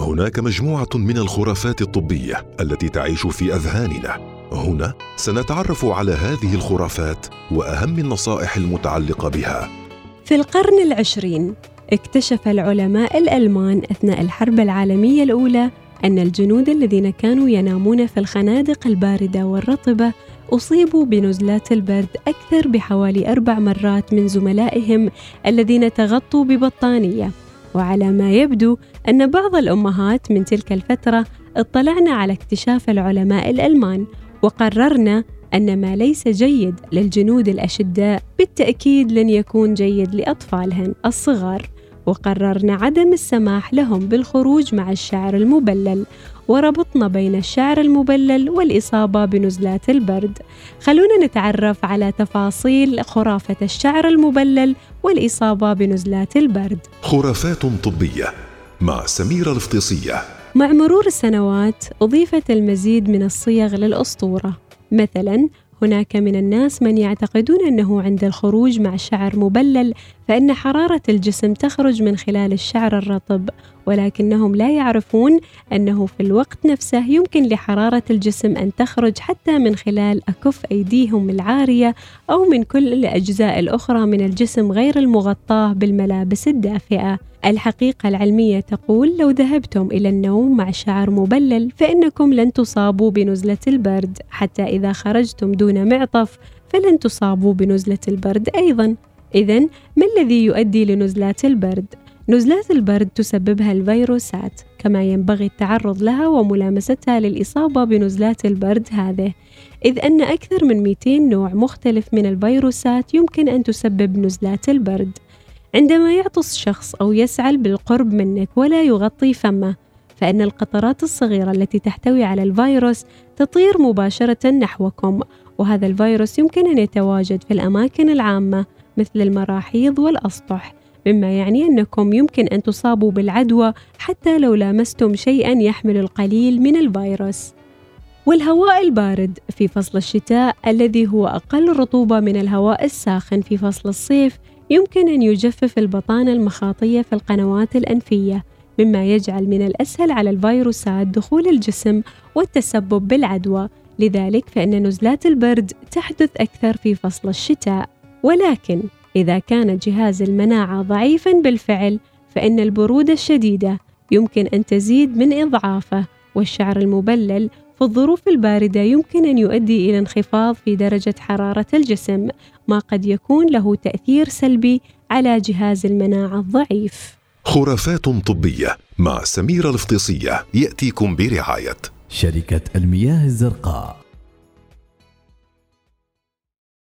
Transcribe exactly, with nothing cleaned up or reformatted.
هناك مجموعة من الخرافات الطبية التي تعيش في أذهاننا. هنا سنتعرف على هذه الخرافات وأهم النصائح المتعلقة بها. في القرن العشرين اكتشف العلماء الألمان أثناء الحرب العالمية الأولى أن الجنود الذين كانوا ينامون في الخنادق الباردة والرطبة أصيبوا بنزلات البرد أكثر بحوالي أربع مرات من زملائهم الذين تغطوا ببطانية. وعلى ما يبدو أن بعض الأمهات من تلك الفترة اطلعنا على اكتشاف العلماء الألمان، وقررنا أن ما ليس جيد للجنود الأشداء بالتأكيد لن يكون جيد لأطفالهن الصغار، وقررنا عدم السماح لهم بالخروج مع الشعر المبلل، وربطنا بين الشعر المبلل والإصابة بنزلات البرد. خلونا نتعرف على تفاصيل خرافة الشعر المبلل والإصابة بنزلات البرد. خرافات طبية مع سميرة الفطيسية. مع مرور السنوات أضيفت المزيد من الصيغ للأسطورة. مثلاً هناك من الناس من يعتقدون أنه عند الخروج مع شعر مبلل فإن حرارة الجسم تخرج من خلال الشعر الرطب، ولكنهم لا يعرفون أنه في الوقت نفسه يمكن لحرارة الجسم أن تخرج حتى من خلال أكف أيديهم العارية أو من كل الأجزاء الأخرى من الجسم غير المغطاة بالملابس الدافئة. الحقيقة العلمية تقول لو ذهبتم إلى النوم مع شعر مبلل فإنكم لن تصابوا بنزلة البرد، حتى إذا خرجتم دون معطف فلن تصابوا بنزلة البرد أيضاً. إذن ما الذي يؤدي لنزلات البرد؟ نزلات البرد تسببها الفيروسات، كما ينبغي التعرض لها وملامستها للإصابة بنزلات البرد هذه، إذ أن أكثر من مئتين نوع مختلف من الفيروسات يمكن أن تسبب نزلات البرد. عندما يعطس شخص أو يسعل بالقرب منك ولا يغطي فمه، فإن القطرات الصغيرة التي تحتوي على الفيروس تطير مباشرة نحوكم، وهذا الفيروس يمكن أن يتواجد في الأماكن العامة مثل المراحيض والأسطح، مما يعني أنكم يمكن أن تصابوا بالعدوى حتى لو لامستم شيئاً يحمل القليل من الفيروس. والهواء البارد في فصل الشتاء الذي هو أقل رطوبة من الهواء الساخن في فصل الصيف يمكن أن يجفف البطانة المخاطية في القنوات الأنفية، مما يجعل من الأسهل على الفيروسات دخول الجسم والتسبب بالعدوى. لذلك فإن نزلات البرد تحدث أكثر في فصل الشتاء. ولكن إذا كان جهاز المناعة ضعيفاً بالفعل فإن البرودة الشديدة يمكن أن تزيد من إضعافه، والشعر المبلل في الظروف الباردة يمكن أن يؤدي إلى انخفاض في درجة حرارة الجسم، ما قد يكون له تأثير سلبي على جهاز المناعة الضعيف. خرافات طبية مع سميرة الفطيسية يأتيكم برعاية شركة المياه الزرقاء.